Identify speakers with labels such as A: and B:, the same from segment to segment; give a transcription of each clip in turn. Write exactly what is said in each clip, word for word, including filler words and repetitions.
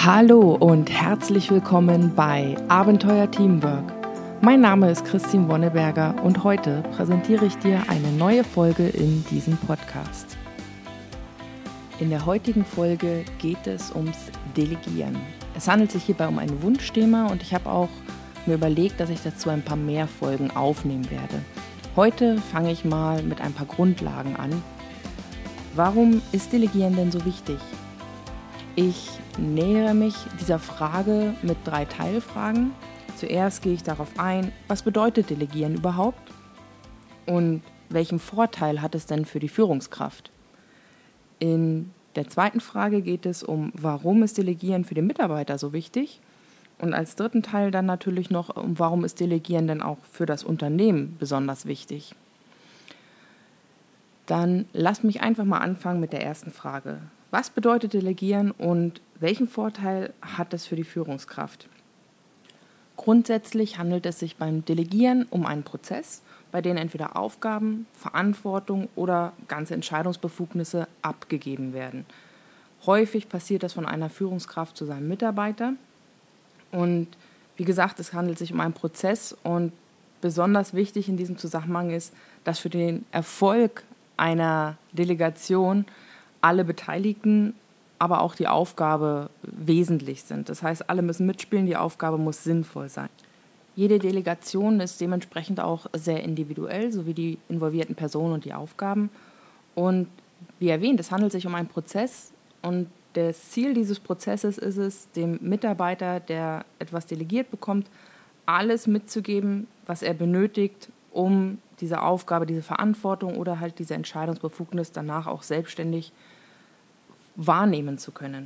A: Hallo und herzlich willkommen bei Abenteuer Teamwork. Mein Name ist Christine Wonneberger und heute präsentiere ich dir eine neue Folge in diesem Podcast. In der heutigen Folge geht es ums Delegieren. Es handelt sich hierbei um ein Wunschthema und ich habe auch mir überlegt, dass ich dazu ein paar mehr Folgen aufnehmen werde. Heute fange ich mal mit ein paar Grundlagen an. Warum ist Delegieren denn so wichtig? Ich nähere mich dieser Frage mit drei Teilfragen. Zuerst gehe ich darauf ein, was bedeutet Delegieren überhaupt und welchen Vorteil hat es denn für die Führungskraft? In der zweiten Frage geht es um, warum ist Delegieren für den Mitarbeiter so wichtig? Und als dritten Teil dann natürlich noch, um warum ist Delegieren denn auch für das Unternehmen besonders wichtig? Dann lasst mich einfach mal anfangen mit der ersten Frage. Was bedeutet Delegieren und welchen Vorteil hat es für die Führungskraft? Grundsätzlich handelt es sich beim Delegieren um einen Prozess, bei dem entweder Aufgaben, Verantwortung oder ganze Entscheidungsbefugnisse abgegeben werden. Häufig passiert das von einer Führungskraft zu seinem Mitarbeiter. Und wie gesagt, es handelt sich um einen Prozess und besonders wichtig in diesem Zusammenhang ist, dass für den Erfolg einer Delegation alle Beteiligten, aber auch die Aufgabe wesentlich sind. Das heißt, alle müssen mitspielen, die Aufgabe muss sinnvoll sein. Jede Delegation ist dementsprechend auch sehr individuell, sowie die involvierten Personen und die Aufgaben. Und wie erwähnt, es handelt sich um einen Prozess und das Ziel dieses Prozesses ist es, dem Mitarbeiter, der etwas delegiert bekommt, alles mitzugeben, was er benötigt, um diese Aufgabe, diese Verantwortung oder halt diese Entscheidungsbefugnis danach auch selbstständig wahrnehmen zu können.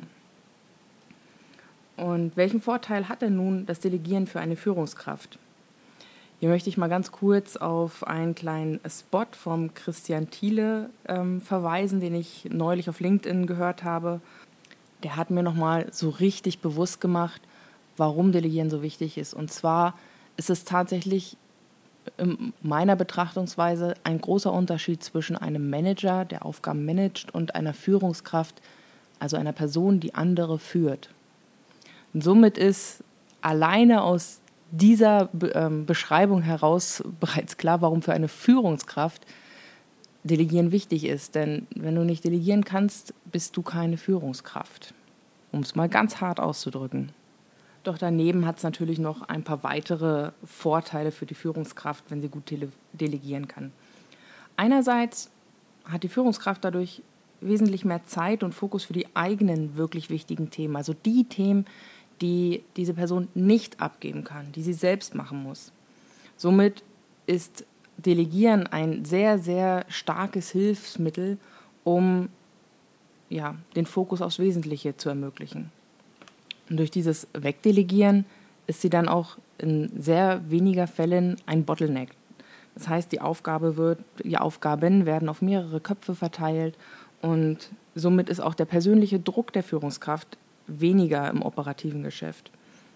A: Und welchen Vorteil hat denn nun das Delegieren für eine Führungskraft? Hier möchte ich mal ganz kurz auf einen kleinen Spot vom Christian Thiele ähm, verweisen, den ich neulich auf LinkedIn gehört habe. Der hat mir nochmal so richtig bewusst gemacht, warum Delegieren so wichtig ist. Und zwar ist es tatsächlich in meiner Betrachtungsweise ein großer Unterschied zwischen einem Manager, der Aufgaben managt, und einer Führungskraft, also einer Person, die andere führt. Und somit ist alleine aus dieser Be- ähm, Beschreibung heraus bereits klar, warum für eine Führungskraft Delegieren wichtig ist. Denn wenn du nicht delegieren kannst, bist du keine Führungskraft, um es mal ganz hart auszudrücken. Doch daneben hat es natürlich noch ein paar weitere Vorteile für die Führungskraft, wenn sie gut dele- delegieren kann. Einerseits hat die Führungskraft dadurch wesentlich mehr Zeit und Fokus für die eigenen wirklich wichtigen Themen, also die Themen, die diese Person nicht abgeben kann, die sie selbst machen muss. Somit ist Delegieren ein sehr, sehr starkes Hilfsmittel, um ja, den Fokus aufs Wesentliche zu ermöglichen. Und durch dieses Wegdelegieren ist sie dann auch in sehr weniger Fällen ein Bottleneck. Das heißt, die Aufgabe wird, die Aufgaben werden auf mehrere Köpfe verteilt und somit ist auch der persönliche Druck der Führungskraft weniger im operativen Geschäft.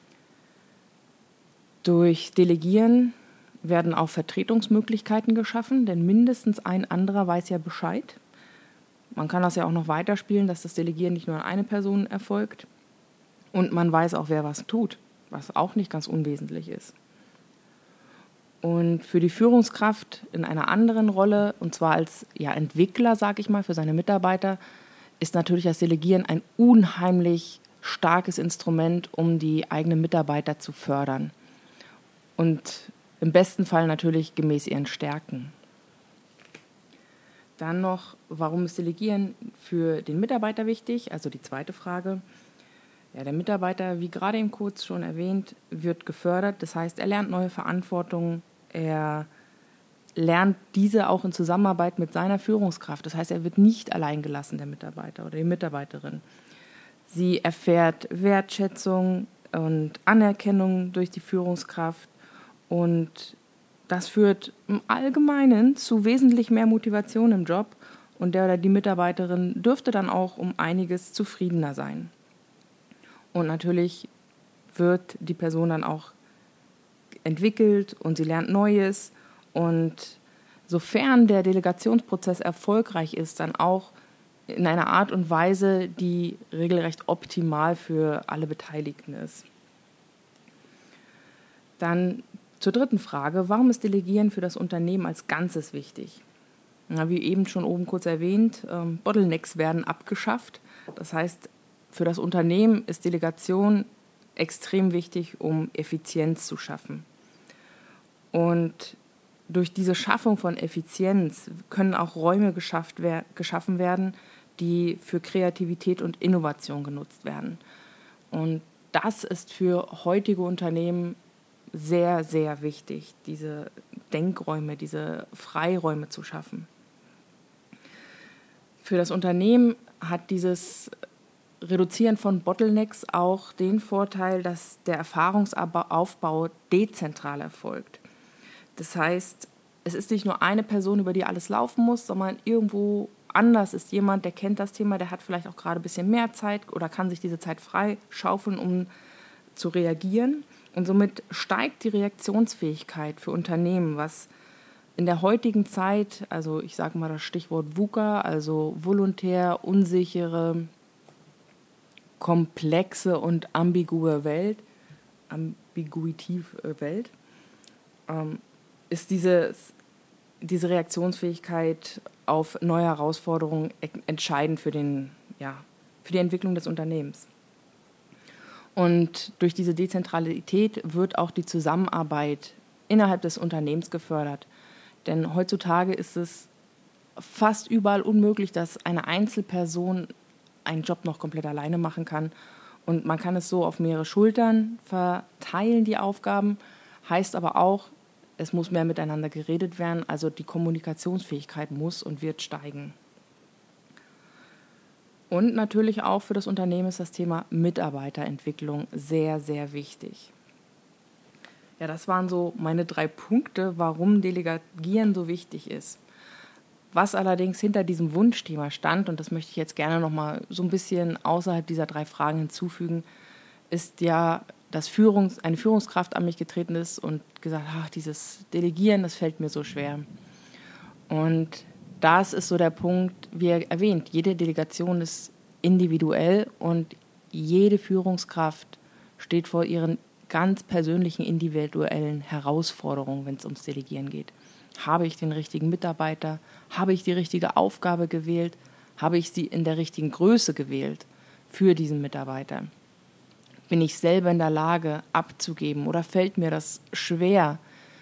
A: Durch Delegieren werden auch Vertretungsmöglichkeiten geschaffen, denn mindestens ein anderer weiß ja Bescheid. Man kann das ja auch noch weiterspielen, dass das Delegieren nicht nur an eine Person erfolgt. Und man weiß auch, wer was tut, was auch nicht ganz unwesentlich ist. Und für die Führungskraft in einer anderen Rolle, und zwar als ja, Entwickler, sage ich mal, für seine Mitarbeiter, ist natürlich das Delegieren ein unheimlich starkes Instrument, um die eigenen Mitarbeiter zu fördern. Und im besten Fall natürlich gemäß ihren Stärken. Dann noch, warum ist Delegieren für den Mitarbeiter wichtig? Also die zweite Frage. Ja, der Mitarbeiter, wie gerade eben kurz schon erwähnt, wird gefördert. Das heißt, er lernt neue Verantwortung, er lernt diese auch in Zusammenarbeit mit seiner Führungskraft. Das heißt, er wird nicht allein gelassen, der Mitarbeiter oder die Mitarbeiterin. Sie erfährt Wertschätzung und Anerkennung durch die Führungskraft und das führt im Allgemeinen zu wesentlich mehr Motivation im Job und der oder die Mitarbeiterin dürfte dann auch um einiges zufriedener sein. Und natürlich wird die Person dann auch entwickelt und sie lernt Neues. Und sofern der Delegationsprozess erfolgreich ist, dann auch in einer Art und Weise, die regelrecht optimal für alle Beteiligten ist. Dann zur dritten Frage, warum ist Delegieren für das Unternehmen als Ganzes wichtig? Na, wie eben schon oben kurz erwähnt, ähm, Bottlenecks werden abgeschafft. Das heißt, für das Unternehmen ist Delegation extrem wichtig, um Effizienz zu schaffen. Und durch diese Schaffung von Effizienz können auch Räume geschafft wer- geschaffen werden, die für Kreativität und Innovation genutzt werden. Und das ist für heutige Unternehmen sehr, sehr wichtig, diese Denkräume, diese Freiräume zu schaffen. Für das Unternehmen hat dieses Reduzieren von Bottlenecks auch den Vorteil, dass der Erfahrungsaufbau dezentral erfolgt. Das heißt, es ist nicht nur eine Person, über die alles laufen muss, sondern irgendwo anders ist jemand, der kennt das Thema, der hat vielleicht auch gerade ein bisschen mehr Zeit oder kann sich diese Zeit frei schaufeln, um zu reagieren. Und somit steigt die Reaktionsfähigkeit für Unternehmen, was in der heutigen Zeit, also ich sage mal das Stichwort VUCA, also volontär, unsichere, komplexe und ambigue Welt, ambiguitiv Welt, ähm, ist dieses, diese Reaktionsfähigkeit auf neue Herausforderungen entscheidend für, den, ja, für die Entwicklung des Unternehmens. Und durch diese Dezentralität wird auch die Zusammenarbeit innerhalb des Unternehmens gefördert. Denn heutzutage ist es fast überall unmöglich, dass eine Einzelperson einen Job noch komplett alleine machen kann. Und man kann es so auf mehrere Schultern verteilen, die Aufgaben. Heißt aber auch, es muss mehr miteinander geredet werden. Also die Kommunikationsfähigkeit muss und wird steigen. Und natürlich auch für das Unternehmen ist das Thema Mitarbeiterentwicklung sehr, sehr wichtig. Ja, das waren so meine drei Punkte, warum Delegieren so wichtig ist. Was allerdings hinter diesem Wunschthema stand, und das möchte ich jetzt gerne noch mal so ein bisschen außerhalb dieser drei Fragen hinzufügen, ist ja, dass Führungs-, eine Führungskraft an mich getreten ist und gesagt, ach, dieses Delegieren, das fällt mir so schwer. Und das ist so der Punkt, wie erwähnt, jede Delegation ist individuell und jede Führungskraft steht vor ihren ganz persönlichen, individuellen Herausforderungen, wenn es ums Delegieren geht. Habe ich den richtigen Mitarbeiter? Habe ich die richtige Aufgabe gewählt? Habe ich sie in der richtigen Größe gewählt für diesen Mitarbeiter? Bin ich selber in der Lage, abzugeben oder fällt mir das schwer?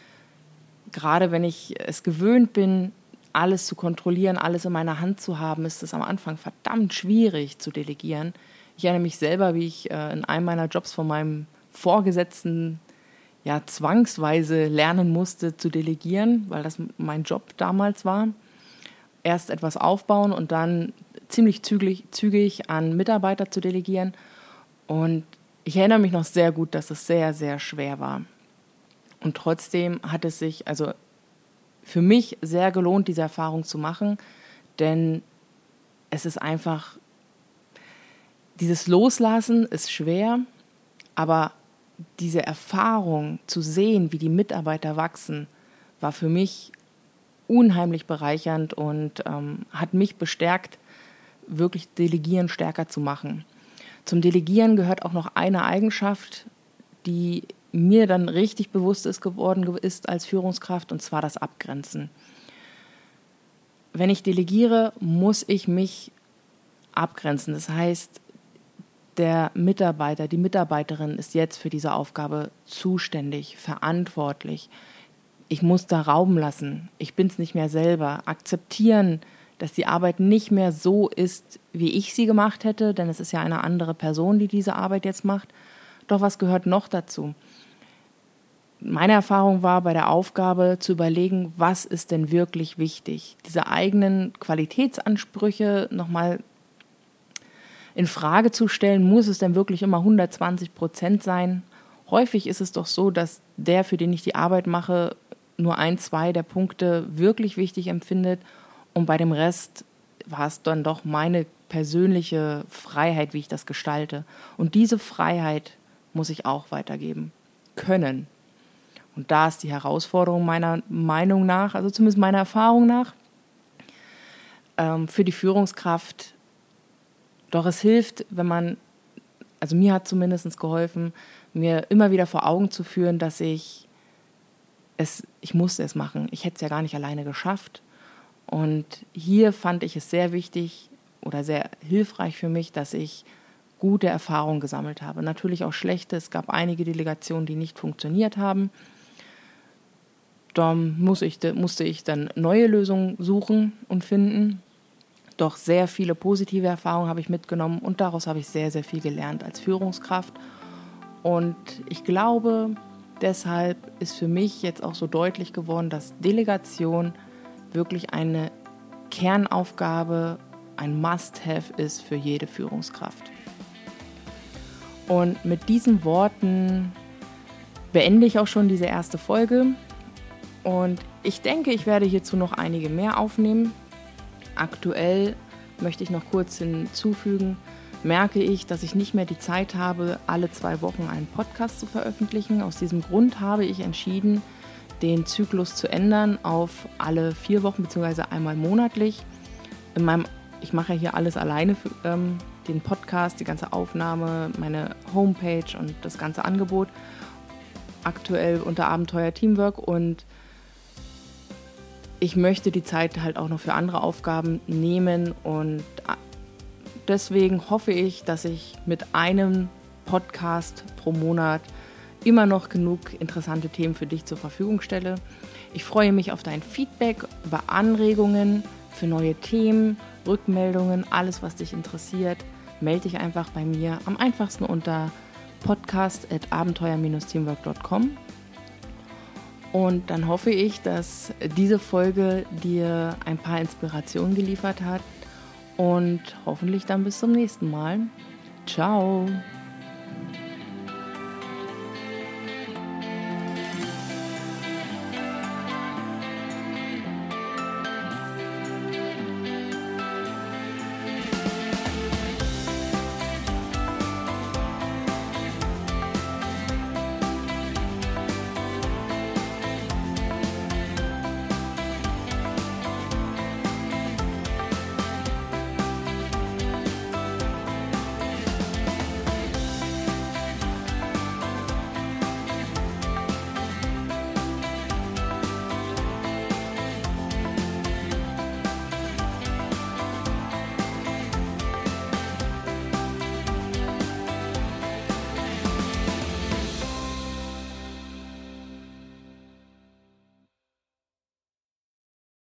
A: Gerade wenn ich es gewöhnt bin, alles zu kontrollieren, alles in meiner Hand zu haben, ist es am Anfang verdammt schwierig zu delegieren. Ich erinnere mich selber, wie ich äh, in einem meiner Jobs von meinem Vorgesetzten ja, zwangsweise lernen musste zu delegieren, weil das mein Job damals war. Erst etwas aufbauen und dann ziemlich zügig, zügig an Mitarbeiter zu delegieren. Und ich erinnere mich noch sehr gut, dass es sehr, sehr schwer war. Und trotzdem hat es sich also für mich sehr gelohnt, diese Erfahrung zu machen, denn es ist einfach, dieses Loslassen ist schwer, aber diese Erfahrung zu sehen, wie die Mitarbeiter wachsen, war für mich unheimlich bereichernd und ähm, hat mich bestärkt, wirklich Delegieren stärker zu machen. Zum Delegieren gehört auch noch eine Eigenschaft, die mir dann richtig bewusst ist geworden ist als Führungskraft, und zwar das Abgrenzen. Wenn ich delegiere, muss ich mich abgrenzen. Das heißt, der Mitarbeiter, die Mitarbeiterin ist jetzt für diese Aufgabe zuständig, verantwortlich. Ich muss da Raum lassen. Ich bin es nicht mehr selber. Akzeptieren, dass die Arbeit nicht mehr so ist, wie ich sie gemacht hätte, denn es ist ja eine andere Person, die diese Arbeit jetzt macht. Doch was gehört noch dazu? Meine Erfahrung war bei der Aufgabe zu überlegen, was ist denn wirklich wichtig? Diese eigenen Qualitätsansprüche nochmal in Frage zu stellen, muss es denn wirklich immer hundertzwanzig Prozent sein? Häufig ist es doch so, dass der, für den ich die Arbeit mache, nur ein, zwei der Punkte wirklich wichtig empfindet und bei dem Rest war es dann doch meine persönliche Freiheit, wie ich das gestalte. Und diese Freiheit muss ich auch weitergeben können. Und da ist die Herausforderung meiner Meinung nach, also zumindest meiner Erfahrung nach, ähm, für die Führungskraft. Doch es hilft, wenn man, also mir hat zumindest geholfen, mir immer wieder vor Augen zu führen, dass ich es, ich musste es machen. Ich hätte es ja gar nicht alleine geschafft. Und hier fand ich es sehr wichtig oder sehr hilfreich für mich, dass ich gute Erfahrungen gesammelt habe. Natürlich auch schlechte. Es gab einige Delegationen, die nicht funktioniert haben. Da muss ich, musste ich dann neue Lösungen suchen und finden. Doch sehr viele positive Erfahrungen habe ich mitgenommen und daraus habe ich sehr, sehr viel gelernt als Führungskraft. Und ich glaube, deshalb ist für mich jetzt auch so deutlich geworden, dass Delegation wirklich eine Kernaufgabe, ein Must-have ist für jede Führungskraft. Und mit diesen Worten beende ich auch schon diese erste Folge. Und ich denke, ich werde hierzu noch einige mehr aufnehmen. Aktuell möchte ich noch kurz hinzufügen, merke ich, dass ich nicht mehr die Zeit habe, alle zwei Wochen einen Podcast zu veröffentlichen. Aus diesem Grund habe ich entschieden, den Zyklus zu ändern auf alle vier Wochen bzw. einmal monatlich. In meinem, ich mache ja hier alles alleine, für, ähm, den Podcast, die ganze Aufnahme, meine Homepage und das ganze Angebot. Aktuell unter Abenteuer Teamwork und ich möchte die Zeit halt auch noch für andere Aufgaben nehmen und deswegen hoffe ich, dass ich mit einem Podcast pro Monat immer noch genug interessante Themen für dich zur Verfügung stelle. Ich freue mich auf dein Feedback, über Anregungen für neue Themen, Rückmeldungen, alles, was dich interessiert. Melde dich einfach bei mir am einfachsten unter podcast at abenteuer Bindestrich teamwork punkt com. Und dann hoffe ich, dass diese Folge dir ein paar Inspirationen geliefert hat und hoffentlich dann bis zum nächsten Mal. Ciao!